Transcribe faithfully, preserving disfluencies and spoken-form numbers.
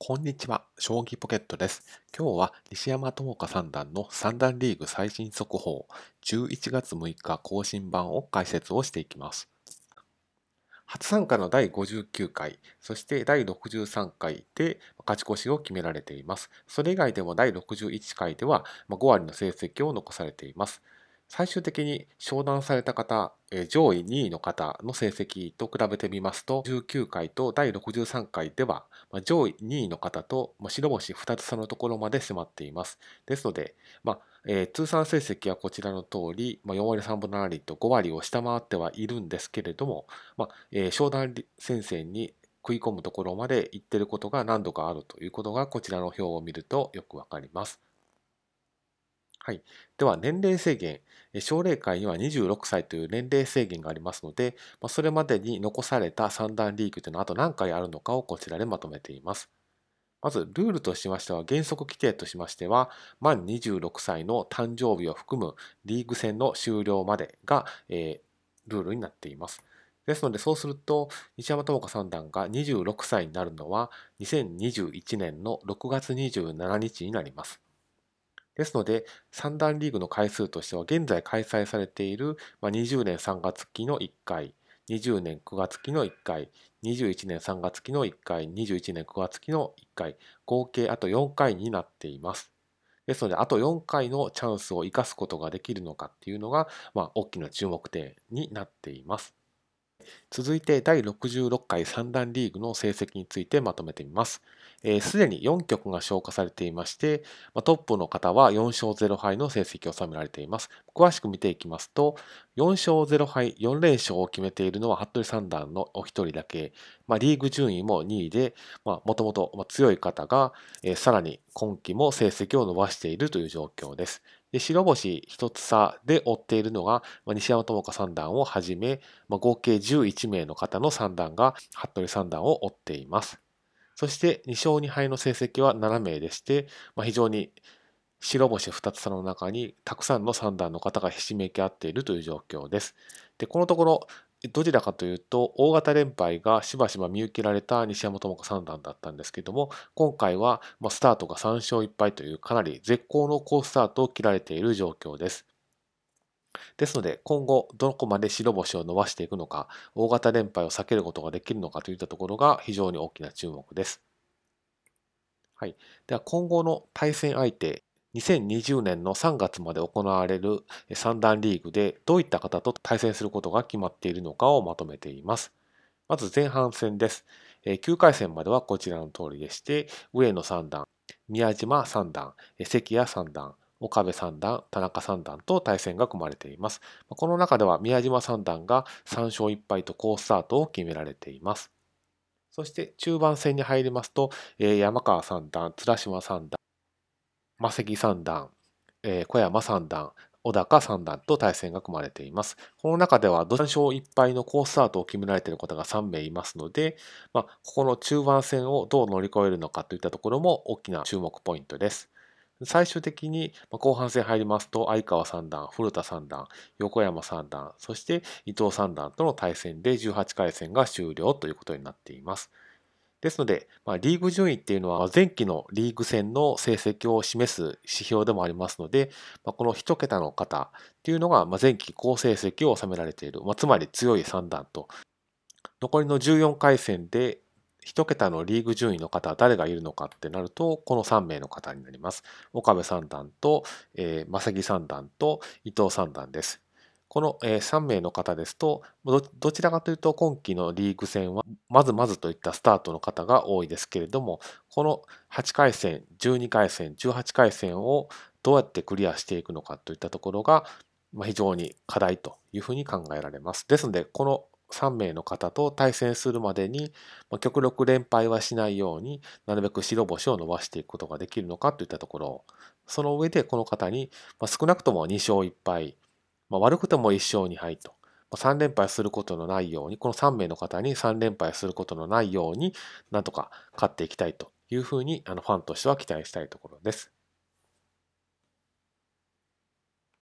こんにちは、将棋ポケットです。今日は西山朋佳三段の三段リーグ最新速報じゅういちがつむいか更新版を解説をしていきます。初参加のだいごじゅうきゅうかい、そしてだいろくじゅうさんかいで勝ち越しを決められています。それ以外でもだいろくじゅういっかいではごわりの成績を残されています。最終的に昇段された方、上位にいの方の成績と比べてみますと、じゅうきゅうかいとだいろくじゅうさんかいでは、上位にいの方と白星ふたつ差のところまで迫っています。ですので、まあえー、通算成績はこちらの通り、まあ、よんわりさんぶななりとごわりを下回ってはいるんですけれども、まあえー、昇段戦線に食い込むところまで行っていることが何度かあるということが、こちらの表を見るとよくわかります。はい、では年齢制限、奨励会にはにじゅうろくさいという年齢制限がありますので、それまでに残された三段リーグというのはあと何回あるのかをこちらでまとめています。まずルールとしましては、原則規定としましては、満にじゅうろくさいの誕生日を含むリーグ戦の終了までが、えー、ルールになっています。ですので、そうすると、西山朋佳三段がにじゅうろくさいになるのは、にせんにじゅういちねんのろくがつにじゅうしちにちになります。ですので、三段リーグの回数としては、現在開催されているにじゅうねんさんがつ期のいっかい、にじゅうねんくがつ期のいっかい、にじゅういちねんさんがつ期のいっかい、にじゅういちねんくがつ期のいっかい、合計あとよんかいになっています。ですので、あとよんかいのチャンスを生かすことができるのかっていうのが、まあ、大きな注目点になっています。続いてだいろくじゅうろっかい三段リーグの成績についてまとめてみます。すでによんきょくが消化されていまして、トップの方はよんしょうぜろはいの成績を収められています。詳しく見ていきますと、よんしょうぜろはい、よんれんしょうを決めているのは服部三段のお一人だけ、まあ、リーグ順位もにいで、もともと強い方が、えー、さらに今期も成績を伸ばしているという状況です。で白星一つ差で追っているのが、まあ、西山朋佳三段をはじめ、まあ、合計じゅういちめいの方の三段が服部三段を追っています。そしてにしょうにはいの成績はななめいでして、まあ、非常に白星ふたつ差の中にたくさんの三段の方がひしめき合っているという状況です。で、このところ、どちらかというと、大型連敗がしばしば見受けられた西山朋佳三段だったんですけども、今回はスタートがさんしょういっぱいというかなり絶好の好スタートを切られている状況です。ですので、今後どこまで白星を伸ばしていくのか、大型連敗を避けることができるのかといったところが非常に大きな注目です。はい、では今後の対戦相手、にせんにじゅうねんのさんがつまで行われる三段リーグでどういった方と対戦することが決まっているのかをまとめています。まず前半戦です。きゅうかい戦まではこちらの通りでして、上野三段、宮島三段、関谷三段、岡部三段、田中三段と対戦が組まれています。この中では宮島三段がさんしょういっぱいと好スタートを決められています。そして中盤戦に入りますと、山川三段、綱島三段、正木三段、小山三段、小高三段と対戦が組まれています。この中ではさんしょういっぱいの好スタートを決められている方がさんめいいますので、まあ、ここの中盤戦をどう乗り越えるのかといったところも大きな注目ポイントです。最終的に後半戦入りますと、相川三段、古田三段、横山三段、そして伊藤三段との対戦でじゅうはちかい戦が終了ということになっています。ですので、まあ、リーグ順位っていうのは前期のリーグ戦の成績を示す指標でもありますので、まあ、この一桁の方っていうのが前期好成績を収められている、まあ、つまり強い三段と、残りのじゅうよんかい戦で一桁のリーグ順位の方は誰がいるのかってなると、このさんめいの方になります。岡部三段と、えー、正木三段と伊藤三段です。このさんめいの方ですと、どちらかというと今期のリーグ戦はまずまずといったスタートの方が多いですけれども、このはちかい戦、じゅうにかい戦、じゅうはちかい戦をどうやってクリアしていくのかといったところが非常に課題というふうに考えられます。ですので、このさんめいの方と対戦するまでに、極力連敗はしないようになるべく白星を伸ばしていくことができるのかといったところ、その上でこの方に少なくともにしょういっぱい、まあ、悪くてもいっしょうにはいと、さん連敗することのないように、このさんめいの方にさん連敗することのないように、なんとか勝っていきたいというふうにあのファンとしては期待したいところです。